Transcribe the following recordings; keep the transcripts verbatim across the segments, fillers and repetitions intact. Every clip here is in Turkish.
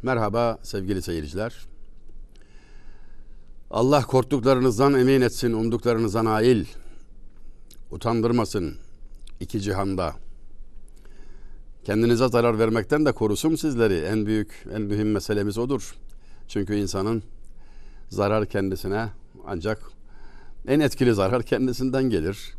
Merhaba sevgili seyirciler. Allah korktuklarınızdan emin etsin, umduklarınıza nail, utandırmasın iki cihanda. Kendinize zarar vermekten de korusun sizleri. En büyük, en mühim meselemiz odur. Çünkü insanın zarar kendisine ancak en etkili zarar kendisinden gelir.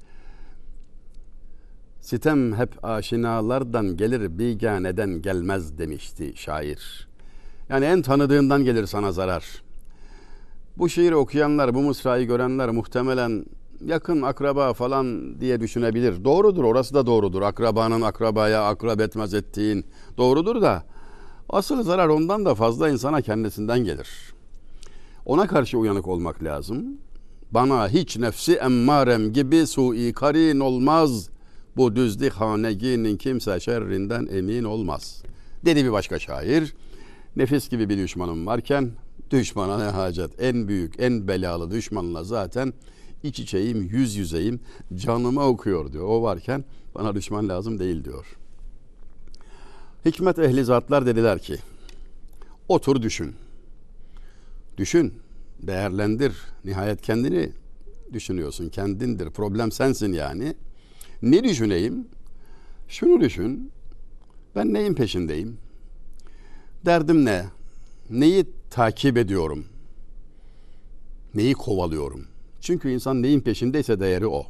Sitem hep aşinalardan gelir, biganeden gelmez demişti şair. Yani en tanıdığından gelir sana zarar. Bu şiiri okuyanlar, bu mısrayı görenler muhtemelen yakın akraba falan diye düşünebilir. Doğrudur, orası da doğrudur. Akrabanın akrabaya akrab etmez ettiğin doğrudur da asıl zarar ondan da fazla insana kendisinden gelir. Ona karşı uyanık olmak lazım. Bana hiç nefsi emmarem gibi sui karin olmaz. Bu düzlük haneginin kimse şerrinden emin olmaz. Dedi bir başka şair. Nefis gibi bir düşmanım varken düşmana ne hacet? En büyük, en belalı düşmanla zaten iç içeyim, yüz yüzeyim, canıma okuyor diyor. O varken bana düşman lazım değil diyor. Hikmet ehli zatlar dediler ki, otur düşün. Düşün, değerlendir. Nihayet kendini düşünüyorsun, kendindir. Problem sensin yani. Ne düşüneyim? Şunu düşün. Ben neyin peşindeyim? Derdim ne? Neyi takip ediyorum? Neyi kovalıyorum? Çünkü insan neyin peşindeyse değeri o.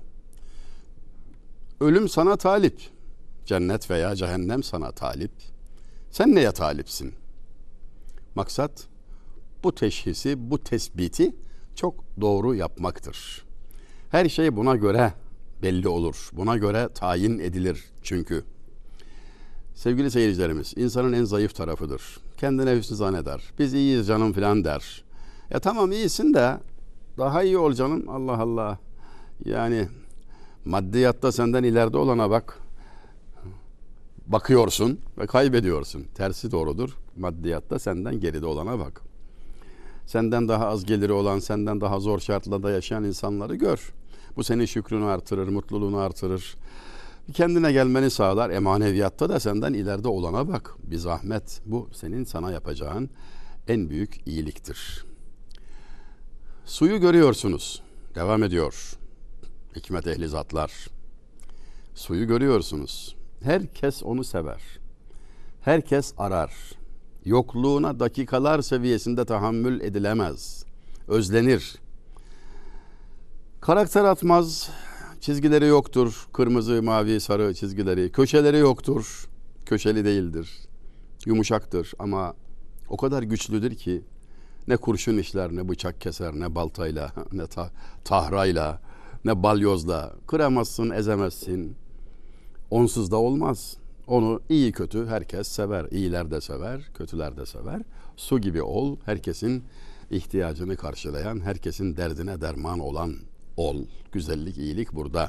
Ölüm sana talip. Cennet veya cehennem sana talip. Sen neye talipsin? Maksat bu teşhisi, bu tespiti çok doğru yapmaktır. Her şey buna göre belli olur. Buna göre tayin edilir çünkü. Sevgili seyircilerimiz, insanın en zayıf tarafıdır. Kendine hüsnü zanneder. Biz iyiyiz canım filan der. Ya tamam iyisin de daha iyi ol canım. Allah Allah. Yani maddiyatta senden ileride olana bak. Bakıyorsun ve kaybediyorsun. Tersi doğrudur. Maddiyatta senden geride olana bak. Senden daha az geliri olan, senden daha zor şartlarda yaşayan insanları gör. Bu senin şükrünü artırır, mutluluğunu artırır. Kendine gelmeni sağlar. Emaneviyatta da senden ileride olana bak. Bir zahmet. Bu senin sana yapacağın en büyük iyiliktir. Suyu görüyorsunuz. Devam ediyor. Hikmet ehli zatlar. Suyu görüyorsunuz. Herkes onu sever. Herkes arar. Yokluğuna dakikalar seviyesinde tahammül edilemez. Özlenir. Karakter atmaz. Çizgileri yoktur. Kırmızı, mavi, sarı çizgileri. Köşeleri yoktur. Köşeli değildir. Yumuşaktır ama o kadar güçlüdür ki ne kurşun işler, ne bıçak keser, ne baltayla, ne ta- tahrayla, ne balyozla kıramazsın, ezemezsin. Onsuz da olmaz. Onu iyi kötü herkes sever. İyiler de sever, kötüler de sever. Su gibi ol, herkesin ihtiyacını karşılayan, herkesin derdine derman olan ol. Güzellik, iyilik burada.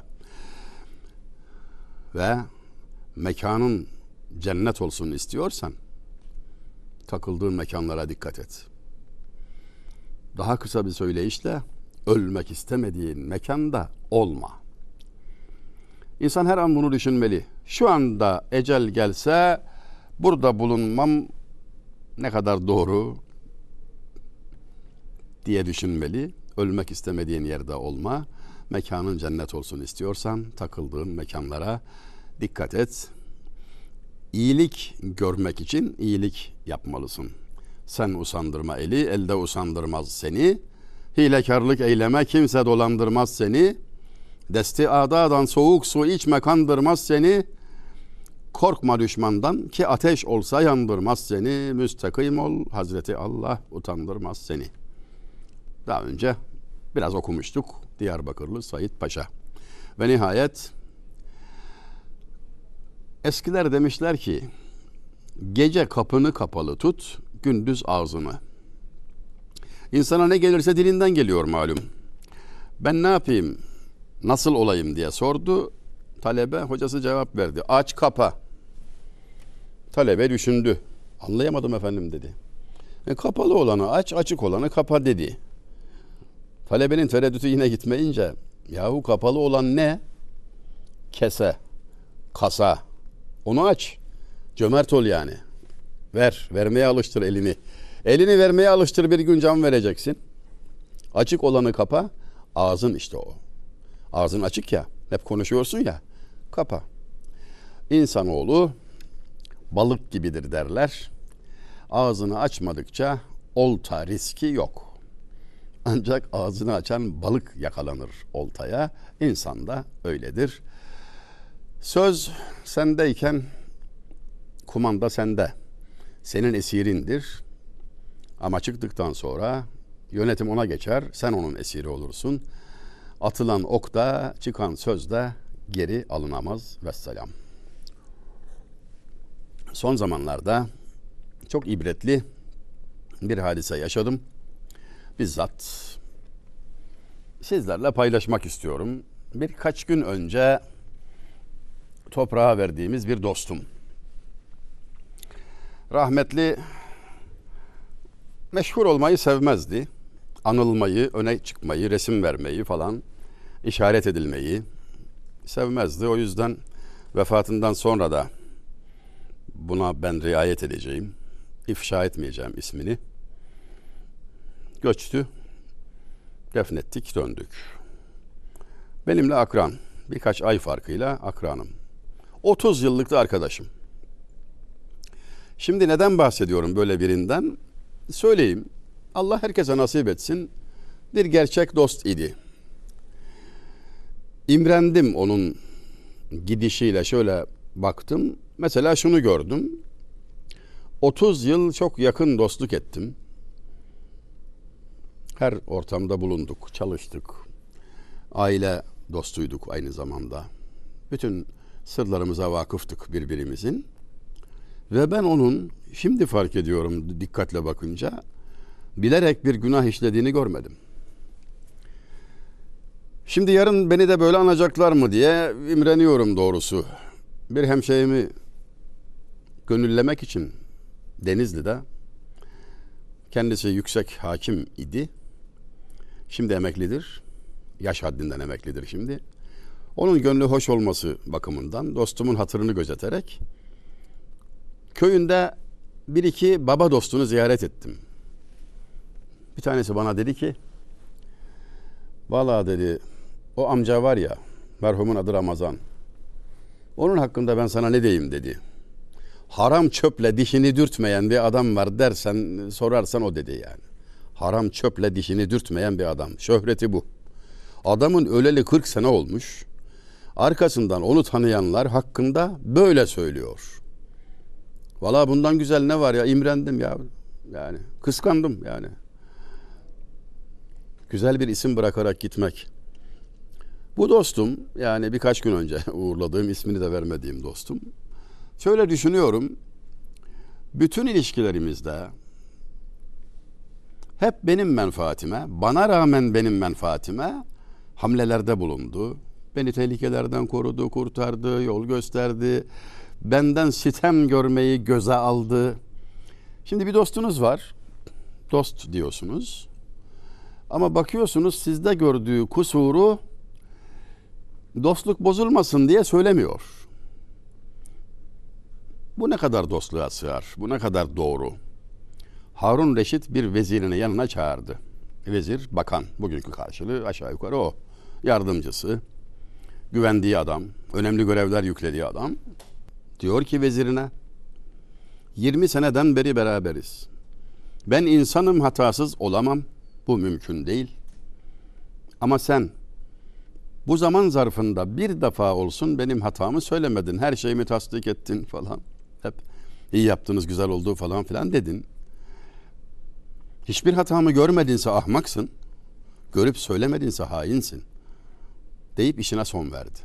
Ve mekanın cennet olsun istiyorsan takıldığın mekanlara dikkat et. Daha kısa bir söyleyişle ölmek istemediğin mekanda olma. İnsan her an bunu düşünmeli. Şu anda ecel gelse burada bulunmam ne kadar doğru diye düşünmeli. Ölmek istemediğin yerde olma. Mekanın cennet olsun istiyorsan takıldığın mekanlara dikkat et. İyilik görmek için iyilik yapmalısın. Sen usandırma eli, elde usandırmaz seni. Hilekarlık eyleme, kimse dolandırmaz seni. Desti adadan soğuk su içme, kandırmaz seni. Korkma düşmandan ki ateş olsa yandırmaz seni. Müstakim ol, Hazreti Allah utandırmaz seni. Daha önce biraz okumuştuk. Diyarbakırlı Said Paşa. Ve nihayet eskiler demişler ki gece kapını kapalı tut, gündüz ağzını. İnsana ne gelirse dilinden geliyor malum. Ben ne yapayım, nasıl olayım diye sordu. Talebe, hocası cevap verdi. Aç kapa. Talebe düşündü. Anlayamadım efendim dedi. E, kapalı olanı aç, açık olanı kapa dedi. Talebenin tereddütü yine gitmeyince, yahu kapalı olan ne? Kese, kasa. Onu aç. Cömert ol yani. Ver. Vermeye alıştır elini. Elini vermeye alıştır, bir gün can vereceksin. Açık olanı kapa. Ağzın işte o. Ağzın açık ya. Hep konuşuyorsun ya. Kapa. İnsanoğlu balık gibidir derler. Ağzını açmadıkça olta riski yok. Ancak ağzını açan balık yakalanır oltaya. İnsan da öyledir. Söz sendeyken kumanda sende. Senin esirindir. Ama çıktıktan sonra yönetim ona geçer. Sen onun esiri olursun. Atılan ok da çıkan söz de geri alınamaz. Vesselam. Son zamanlarda çok ibretli bir hadise yaşadım. Bizzat sizlerle paylaşmak istiyorum. Birkaç gün önce toprağa verdiğimiz bir dostum. Rahmetli meşhur olmayı sevmezdi. Anılmayı, öne çıkmayı, resim vermeyi falan, işaret edilmeyi sevmezdi. O yüzden vefatından sonra da buna ben riayet edeceğim. İfşa etmeyeceğim ismini. Göçtü. Defnettik, döndük. Benimle akran. Birkaç ay farkıyla akranım. otuz yıllık da arkadaşım. Şimdi neden bahsediyorum böyle birinden? Söyleyeyim. Allah herkese nasip etsin. Bir gerçek dost idi. İmrendim onun gidişiyle, şöyle baktım. Mesela şunu gördüm. otuz yıl çok yakın dostluk ettim. Her ortamda bulunduk, çalıştık. Aile dostuyduk aynı zamanda. Bütün sırlarımıza vakıftık birbirimizin. Ve ben onun, şimdi fark ediyorum dikkatle bakınca, bilerek bir günah işlediğini görmedim. Şimdi yarın beni de böyle anacaklar mı diye imreniyorum doğrusu. Bir hemşehrimi gönüllemek için Denizli'de, kendisi yüksek hakim idi. Şimdi emeklidir. Yaş haddinden emeklidir şimdi. Onun gönlü hoş olması bakımından dostumun hatırını gözeterek köyünde bir iki baba dostunu ziyaret ettim. Bir tanesi bana dedi ki, vallahi dedi, o amca var ya, merhumun adı Ramazan. Onun hakkında ben sana ne diyeyim dedi. Haram çöple dişini dürtmeyen bir adam var dersen, sorarsan o dedi yani. Haram çöple dişini dürtmeyen bir adam. Şöhreti bu. Adamın öleli kırk sene olmuş. Arkasından onu tanıyanlar hakkında böyle söylüyor. Vallahi bundan güzel ne var ya, imrendim ya. Yani kıskandım yani. Güzel bir isim bırakarak gitmek. Bu dostum, yani birkaç gün önce uğurladığım, ismini de vermediğim dostum. Şöyle düşünüyorum. Bütün ilişkilerimizde hep benim menfaatime, bana rağmen benim menfaatime hamlelerde bulundu. Beni tehlikelerden korudu, kurtardı, yol gösterdi. Benden sitem görmeyi göze aldı. Şimdi bir dostunuz var. Dost diyorsunuz. Ama bakıyorsunuz sizde gördüğü kusuru dostluk bozulmasın diye söylemiyor. Bu ne kadar dostluğa sığar? Bu ne kadar doğru? Harun Reşit bir vezirini yanına çağırdı. Vezir, bakan, bugünkü karşılığı aşağı yukarı o. Yardımcısı, güvendiği adam, önemli görevler yüklediği adam. Diyor ki vezirine, yirmi seneden beri beraberiz. Ben insanım, hatasız olamam. Bu mümkün değil. Ama sen bu zaman zarfında bir defa olsun benim hatamı söylemedin. Her şeyimi tasdik ettin falan. Hep iyi yaptınız, güzel oldu falan filan dedin. Hiçbir hatamı görmedinse ahmaksın. Görüp söylemedinse hainsin. Deyip işine son verdi.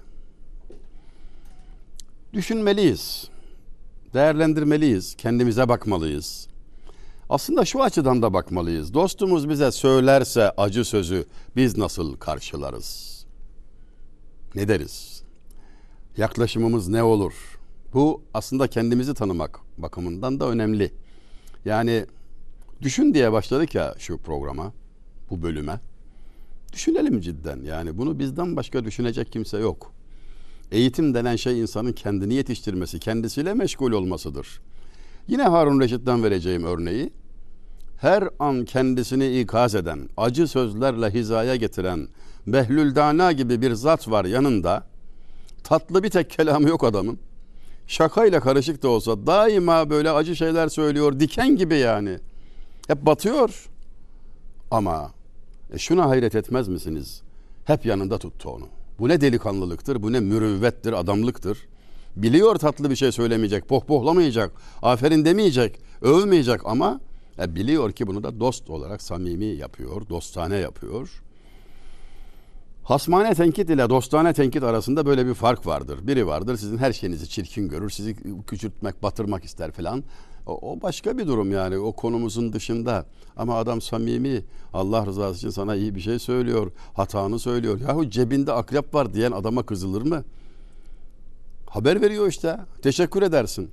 Düşünmeliyiz. Değerlendirmeliyiz. Kendimize bakmalıyız. Aslında şu açıdan da bakmalıyız. Dostumuz bize söylerse acı sözü biz nasıl karşılarız? Ne deriz? Yaklaşımımız ne olur? Bu aslında kendimizi tanımak bakımından da önemli. Yani düşün diye başladık ya şu programa, bu bölüme. Düşünelim cidden. Yani bunu bizden başka düşünecek kimse yok. Eğitim denen şey insanın kendini yetiştirmesi, kendisiyle meşgul olmasıdır. Yine Harun Reşit'ten vereceğim örneği. Her an kendisini ikaz eden, acı sözlerle hizaya getiren Behlül Dana gibi bir zat var yanında. Tatlı bir tek kelamı yok adamın. Şakayla karışık da olsa daima böyle acı şeyler söylüyor. Diken gibi yani. Hep batıyor. Ama e şuna hayret etmez misiniz? Hep yanında tuttu onu. Bu ne delikanlılıktır, bu ne mürüvvettir, adamlıktır. Biliyor tatlı bir şey söylemeyecek, pohpohlamayacak, aferin demeyecek, övmeyecek ama e biliyor ki bunu da dost olarak samimi yapıyor, dostane yapıyor. Hasmane tenkit ile dostane tenkit arasında böyle bir fark vardır. Biri vardır sizin her şeyinizi çirkin görür, sizi küçültmek, batırmak ister falan. O, o başka bir durum yani, o konumuzun dışında. Ama adam samimi, Allah rızası için sana iyi bir şey söylüyor, hatanı söylüyor. Yahu cebinde akrep var diyen adama kızılır mı? Haber veriyor işte, teşekkür edersin.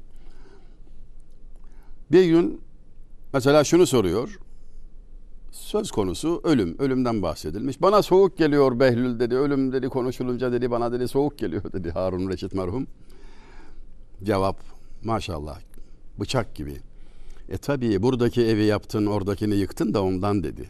Bir gün mesela şunu soruyor. Söz konusu ölüm. Ölümden bahsedilmiş. Bana soğuk geliyor Behlül dedi. Ölüm dedi konuşulunca dedi bana dedi soğuk geliyor dedi Harun Reşit merhum. Cevap maşallah bıçak gibi. E tabii buradaki evi yaptın oradakini yıktın da ondan dedi.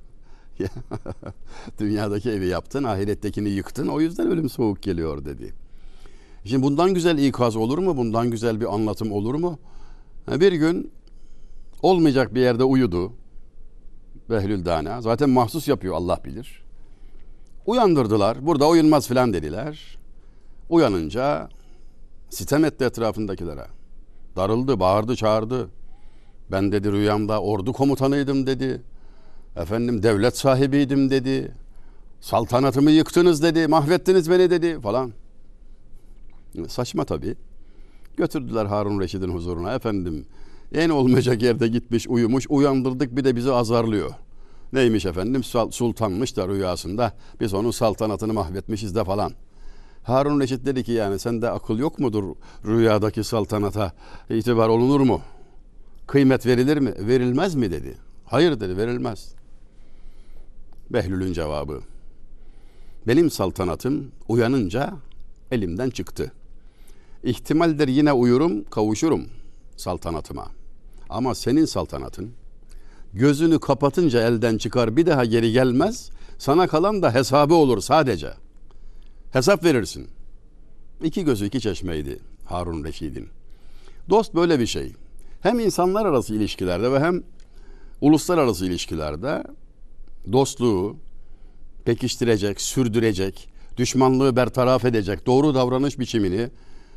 Dünyadaki evi yaptın ahirettekini yıktın o yüzden ölüm soğuk geliyor dedi. Şimdi bundan güzel ikaz olur mu? Bundan güzel bir anlatım olur mu? Bir gün olmayacak bir yerde uyudu. Behlül Dana. Zaten mahsus yapıyor Allah bilir. Uyandırdılar. Burada uyunmaz filan dediler. Uyanınca sitem etti etrafındakilere. Darıldı, bağırdı, çağırdı. Ben dedi rüyamda ordu komutanıydım dedi. Efendim devlet sahibiydim dedi. Saltanatımı yıktınız dedi. Mahvettiniz beni dedi falan. Saçma tabii. Götürdüler Harun Reşid'in huzuruna. Efendim en olmayacak yerde gitmiş uyumuş. Uyandırdık bir de bizi azarlıyor. Neymiş efendim? Sultanmış da rüyasında. Biz onun saltanatını mahvetmişiz de falan. Harun Reşit dedi ki yani sende akıl yok mudur? Rüyadaki saltanata itibar olunur mu? Kıymet verilir mi? Verilmez mi dedi. Hayır dedi verilmez. Behlül'ün cevabı. Benim saltanatım uyanınca elimden çıktı. İhtimaldir yine uyurum, kavuşurum saltanatıma. Ama senin saltanatın gözünü kapatınca elden çıkar bir daha geri gelmez. Sana kalan da hesabı olur sadece. Hesap verirsin. İki gözü iki çeşmeydi Harun Reşid'in. Dost böyle bir şey. Hem insanlar arası ilişkilerde ve hem uluslararası ilişkilerde dostluğu pekiştirecek, sürdürecek, düşmanlığı bertaraf edecek doğru davranış biçimini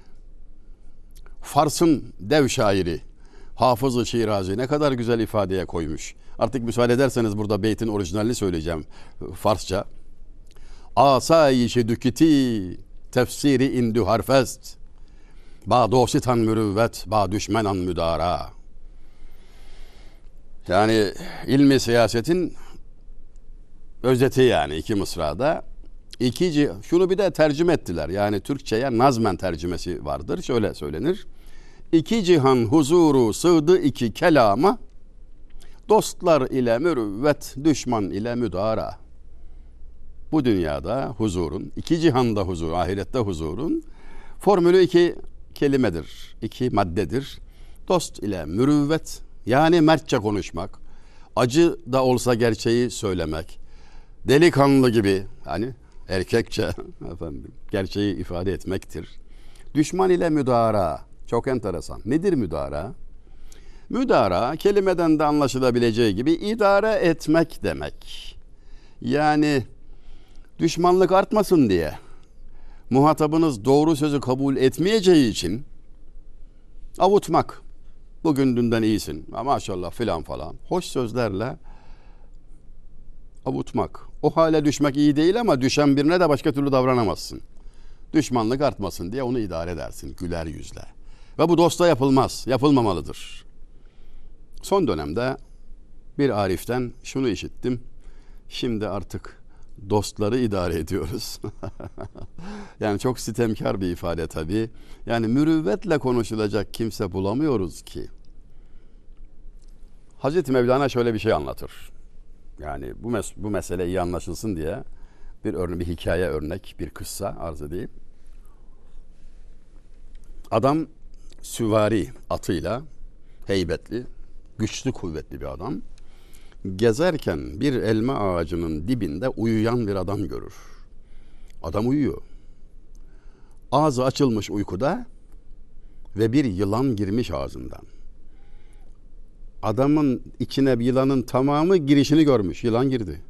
Fars'ın dev şairi Hafız-ı Şirazi ne kadar güzel ifadeye koymuş. Artık müsaade ederseniz burada beytin orijinalini söyleyeceğim Farsça. Asayişi dükiti tefsiri indü harfest. Ba dositan mürüvvet, ba düşmenan müdara. Yani ilmi siyasetin özeti yani iki mısrada. İki, şunu bir de tercüme ettiler. Yani Türkçe'ye nazmen tercümesi vardır. Şöyle söylenir. İki cihan huzuru sığdı iki kelama. Dostlar ile mürüvvet, düşman ile müdara. Bu dünyada huzurun, iki cihanda huzur, ahirette huzurun formülü iki kelimedir, iki maddedir. Dost ile mürüvvet, yani mertçe konuşmak, acı da olsa gerçeği söylemek, delikanlı gibi, hani erkekçe efendim, gerçeği ifade etmektir. Düşman ile müdara, çok enteresan. Nedir müdara? Müdara, kelimeden de anlaşılabileceği gibi idare etmek demek. Yani düşmanlık artmasın diye, muhatabınız doğru sözü kabul etmeyeceği için avutmak. Bugün dünden iyisin, maşallah filan falan. Hoş sözlerle avutmak. O hale düşmek iyi değil ama düşen birine de başka türlü davranamazsın. Düşmanlık artmasın diye onu idare edersin güler yüzle. Ve bu dosta yapılmaz, yapılmamalıdır. Son dönemde bir ariften şunu işittim. Şimdi artık dostları idare ediyoruz. Yani çok sitemkar bir ifade tabii. Yani mürüvvetle konuşulacak kimse bulamıyoruz ki. Hazreti Mevlana şöyle bir şey anlatır. Yani bu mes- bu mesele iyi anlaşılsın diye bir örnek, bir hikaye örnek, bir kıssa arz edeyim. Adam süvari atıyla heybetli, güçlü, kuvvetli bir adam. Gezerken bir elma ağacının dibinde uyuyan bir adam görür. Adam uyuyor. Ağzı açılmış uykuda ve bir yılan girmiş ağzından. Adamın içine bir yılanın tamamı girişini görmüş. Yılan girdi.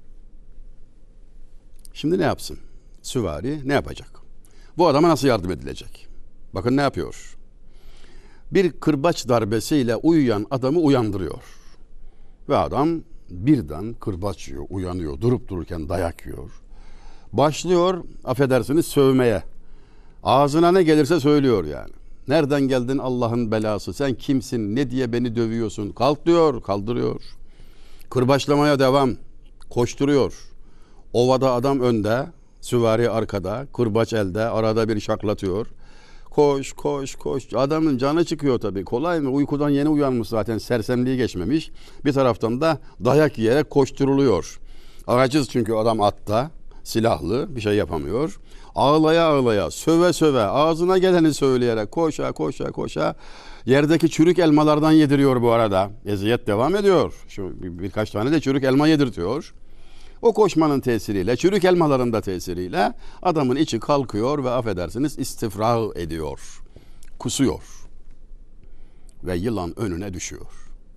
Şimdi ne yapsın? Süvari ne yapacak? Bu adama nasıl yardım edilecek? Bakın ne yapıyor? Bir kırbaç darbesiyle uyuyan adamı uyandırıyor. Ve adam birden kırbaç yiyor, uyanıyor. Durup dururken dayak yiyor. Başlıyor, affedersiniz, sövmeye. Ağzına ne gelirse söylüyor yani. Nereden geldin Allah'ın belası? Sen kimsin? Ne diye beni dövüyorsun? Kalk diyor, kaldırıyor. Kırbaçlamaya devam. Koşturuyor. Ovada adam önde, süvari arkada, kırbaç elde, arada bir şaklatıyor. Koş, koş, koş. Adamın canı çıkıyor tabii. Kolay mı? Uykudan yeni uyanmış zaten. Sersemliği geçmemiş. Bir taraftan da dayak yiyerek koşturuluyor. Aciz çünkü adam atta, silahlı, bir şey yapamıyor. Ağlaya ağlaya, söve söve, ağzına geleni söyleyerek koşa koşa koşa yerdeki çürük elmalardan yediriyor bu arada. Eziyet devam ediyor. Şu bir, birkaç tane de çürük elma yedirtiyor. O koşmanın tesiriyle, çürük elmaların da tesiriyle adamın içi kalkıyor ve affedersiniz istifra ediyor. Kusuyor. Ve yılan önüne düşüyor.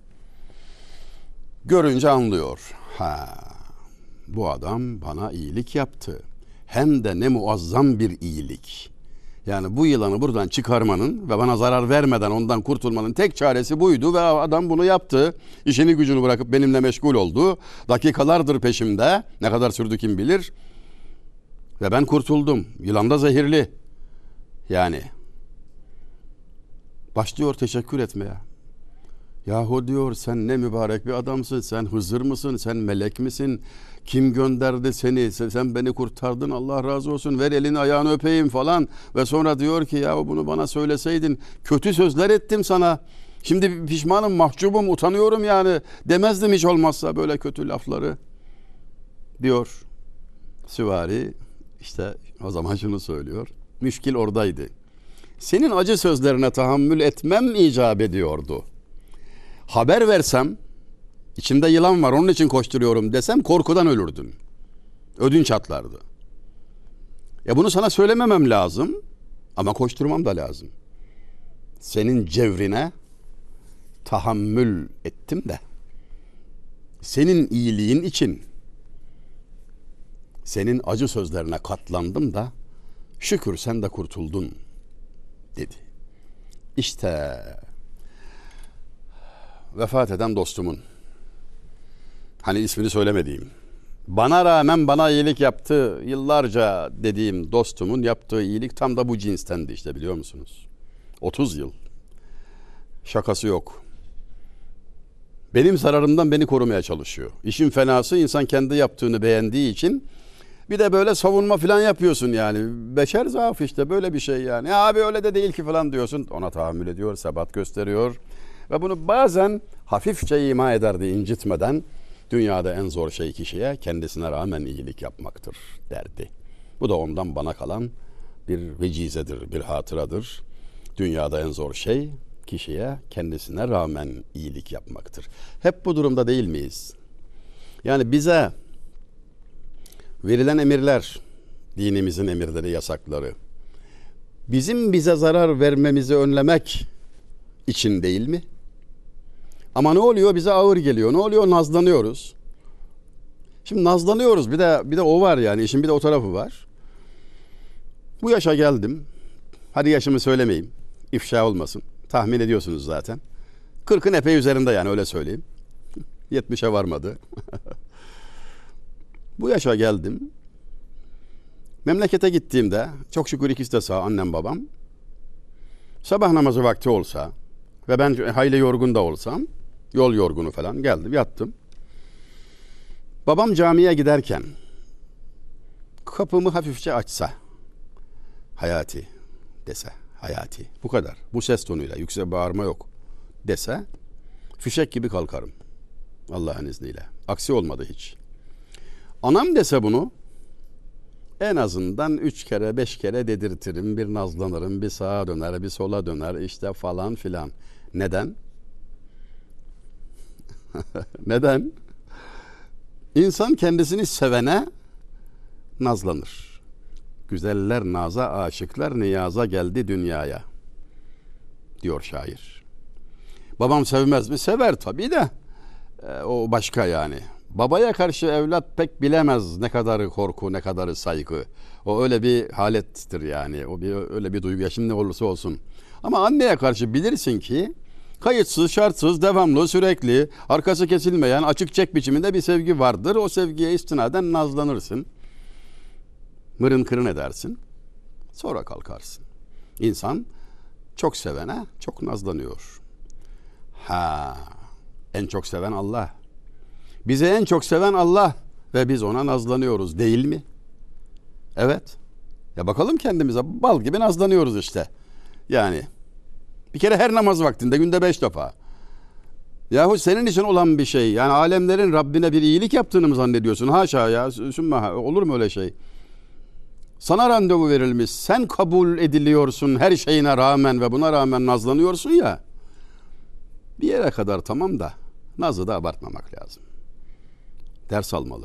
Görünce anlıyor. Ha, bu adam bana iyilik yaptı. Hem de ne muazzam bir iyilik. Yani bu yılanı buradan çıkarmanın ve bana zarar vermeden ondan kurtulmanın tek çaresi buydu ve adam bunu yaptı. İşini gücünü bırakıp benimle meşgul oldu. Dakikalardır peşimde. Ne kadar sürdü kim bilir. Ve ben kurtuldum. Yılan da zehirli. Yani başlıyor teşekkür etmeye. Yahu diyor, sen ne mübarek bir adamsın. Sen Hızır mısın? Sen melek misin? Kim gönderdi seni? Sen beni kurtardın. Allah razı olsun. Ver elini ayağını öpeyim falan. Ve sonra diyor ki ya bunu bana söyleseydin. Kötü sözler ettim sana. Şimdi pişmanım, mahcubum, utanıyorum yani. Demezdim hiç olmazsa böyle kötü lafları. Diyor. Süvari işte o zaman şunu söylüyor. Müşkil oradaydı. Senin acı sözlerine tahammül etmem icap ediyordu. Haber versem, içimde yılan var onun için koşturuyorum desem korkudan ölürdün. Ödün çatlardı. Ya bunu sana söylememem lazım ama koşturmam da lazım. Senin cevrine tahammül ettim de senin iyiliğin için senin acı sözlerine katlandım da şükür sen de kurtuldun dedi. İşte vefat eden dostumun, hani ismini söylemediğim, bana rağmen bana iyilik yaptı yıllarca dediğim dostumun yaptığı iyilik tam da bu cinstendi işte, biliyor musunuz? otuz yıl. Şakası yok. Benim zararımdan beni korumaya çalışıyor. İşin fenası, insan kendi yaptığını beğendiği için bir de böyle savunma falan yapıyorsun yani. Beşer zaaf işte, böyle bir şey yani. Ya abi öyle de değil ki falan diyorsun. Ona tahammül ediyor, sebat gösteriyor. Ve bunu bazen hafifçe ima ederdi incitmeden. Dünyada en zor şey kişiye kendisine rağmen iyilik yapmaktır derdi. Bu da ondan bana kalan bir vecizedir, bir hatıradır. Dünyada en zor şey kişiye kendisine rağmen iyilik yapmaktır. Hep bu durumda değil miyiz? Yani bize verilen emirler, dinimizin emirleri, yasakları, bizim bize zarar vermemizi önlemek için değil mi? Ama ne oluyor? Bize ağır geliyor. Ne oluyor? Nazlanıyoruz. Şimdi nazlanıyoruz. Bir de bir de o var yani. İşin bir de o tarafı var. Bu yaşa geldim. Hadi yaşımı söylemeyeyim. İfşa olmasın. Tahmin ediyorsunuz zaten. kırkın epey üzerinde yani, öyle söyleyeyim. yetmişe varmadı. Bu yaşa geldim. Memlekete gittiğimde çok şükür ikisi de sağ, annem babam. Sabah namazı vakti olsa ve ben hayli yorgun da olsam, yol yorgunu falan, geldim yattım. Babam camiye giderken kapımı hafifçe açsa, Hayati dese, Hayati, bu kadar, bu ses tonuyla, yüksek bağırma yok dese, fişek gibi kalkarım Allah'ın izniyle. Aksi olmadı hiç. Anam dese bunu en azından üç kere beş kere dedirtirim, bir nazlanırım, bir sağa döner, bir sola döner işte falan filan. Neden? Neden? İnsan kendisini sevene nazlanır. Güzeller naza, aşıklar niyaza geldi dünyaya, diyor şair. Babam sevmez mi? Sever tabii de. E, o başka yani. Babaya karşı evlat pek bilemez ne kadarı korku, ne kadarı saygı. O öyle bir halettir yani. O bir öyle bir duygu, yaşım ne olursa olsun. Ama anneye karşı bilirsin ki kayıtsız, şartsız, devamlı, sürekli, arkası kesilmeyen, açık çek biçiminde bir sevgi vardır. O sevgiye istinaden nazlanırsın. Mırın kırın edersin. Sonra kalkarsın. İnsan çok sevene çok nazlanıyor. Ha, en çok seven Allah. Bizi en çok seven Allah ve biz ona nazlanıyoruz, değil mi? Evet. Ya bakalım kendimize, bal gibi nazlanıyoruz işte. Yani bir kere her namaz vaktinde, günde beş defa. Yahu senin için olan bir şey. Yani alemlerin Rabbine bir iyilik yaptığını mı zannediyorsun? Haşa ya. Sümme, olur mu öyle şey? Sana randevu verilmiş. Sen kabul ediliyorsun her şeyine rağmen ve buna rağmen nazlanıyorsun ya. Bir yere kadar tamam da nazı da abartmamak lazım. Ders almalı.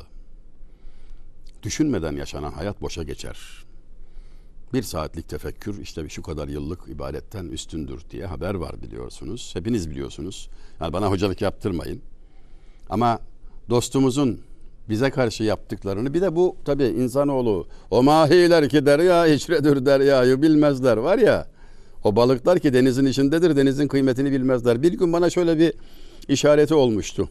Düşünmeden yaşanan hayat boşa geçer. Bir saatlik tefekkür işte şu kadar yıllık ibadetten üstündür diye haber var, biliyorsunuz. Hepiniz biliyorsunuz. Yani bana hocalık yaptırmayın. Ama dostumuzun bize karşı yaptıklarını, bir de bu tabii insanoğlu, o mahiler ki derya içredir deryayı bilmezler var ya, o balıklar ki denizin içindedir, denizin kıymetini bilmezler. Bir gün bana şöyle bir işareti olmuştu.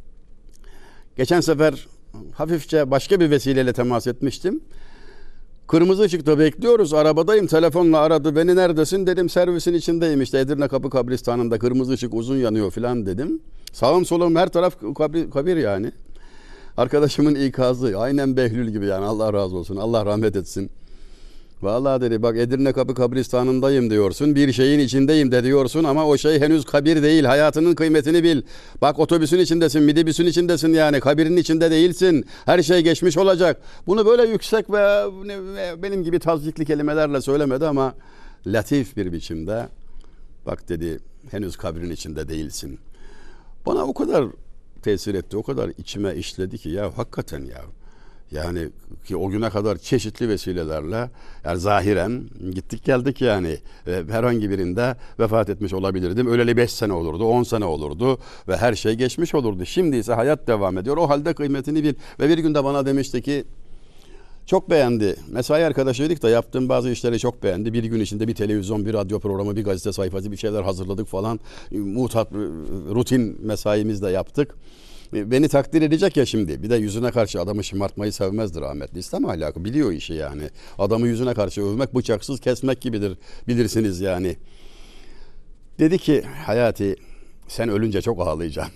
Geçen sefer hafifçe başka bir vesileyle temas etmiştim. Kırmızı ışıkta bekliyoruz, arabadayım, telefonla aradı beni, neredesin dedim, servisin içindeyim işte Edirne Kapı kabristanında, kırmızı ışık uzun yanıyor filan dedim. Sağım solum her taraf kabir, kabir yani. Arkadaşımın ikazı aynen Behlül gibi yani, Allah razı olsun, Allah rahmet etsin. Vallahi dedi, bak Edirne Kapı kabristanındayım diyorsun, bir şeyin içindeyim de diyorsun ama o şey henüz kabir değil, hayatının kıymetini bil. Bak otobüsün içindesin, midibüsün içindesin, yani kabirin içinde değilsin, her şey geçmiş olacak. Bunu böyle yüksek ve, ve benim gibi tazyikli kelimelerle söylemedi ama latif bir biçimde, bak dedi henüz kabrin içinde değilsin. Bana o kadar tesir etti, o kadar içime işledi ki ya hakikaten ya. Yani ki o güne kadar çeşitli vesilelerle yani zahiren gittik geldik yani, e, herhangi birinde vefat etmiş olabilirdim. Öleli beş sene olurdu, on sene olurdu ve her şey geçmiş olurdu. Şimdi ise hayat devam ediyor. O halde kıymetini bil. Ve bir günde bana demişti ki çok beğendi. Mesai arkadaşıydık da yaptığım bazı işleri çok beğendi. Bir gün içinde bir televizyon, bir radyo programı, bir gazete sayfası, bir şeyler hazırladık falan. Mutat, rutin mesaimiz de yaptık. Beni takdir edecek ya şimdi. Bir de yüzüne karşı adamı şımartmayı sevmezdir rahmetli. İslam ahlakı, biliyor işi yani. Adamı yüzüne karşı övmek bıçaksız kesmek gibidir, bilirsiniz yani. Dedi ki Hayati, sen ölünce çok ağlayacaksın.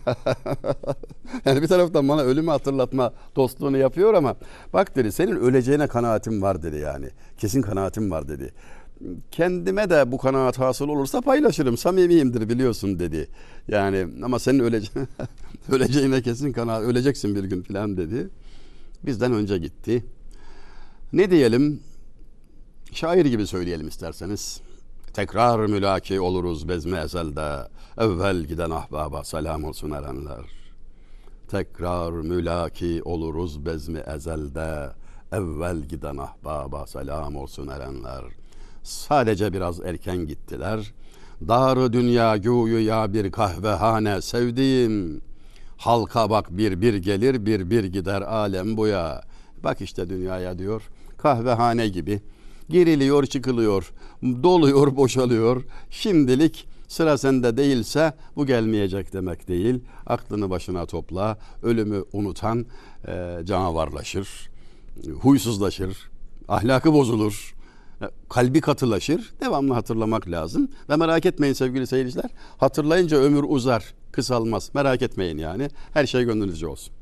Yani bir taraftan bana ölümü hatırlatma dostluğunu yapıyor ama bak dedi, senin öleceğine kanaatim var dedi yani. Kesin kanaatim var dedi. Kendime de bu kanaat hasıl olursa paylaşırım. Samimiyimdir biliyorsun dedi. Yani ama senin ölece öleceğine kesin kanaat, öleceksin bir gün falan dedi. Bizden önce gitti. Ne diyelim? Şair gibi söyleyelim isterseniz. Tekrar mülaki oluruz bezme ezelde, evvel giden ahbaba selam olsun erenler. Tekrar mülaki oluruz bezmi ezelde, evvel giden ahbaba selam olsun erenler. Sadece biraz erken gittiler. Dar-ı dünya güyü ya bir kahvehane sevdiğim. Halka bak bir bir gelir bir bir gider alem buya. Bak işte dünyaya diyor, kahvehane gibi. Giriliyor çıkılıyor, doluyor boşalıyor. Şimdilik sıra sende değilse bu gelmeyecek demek değil. Aklını başına topla, ölümü unutan e, canavarlaşır, huysuzlaşır, ahlakı bozulur. Kalbi katılaşır. Devamlı hatırlamak lazım. Ve merak etmeyin sevgili seyirciler. Hatırlayınca ömür uzar, kısalmaz. Merak etmeyin yani. Her şey gönlünüzce olsun.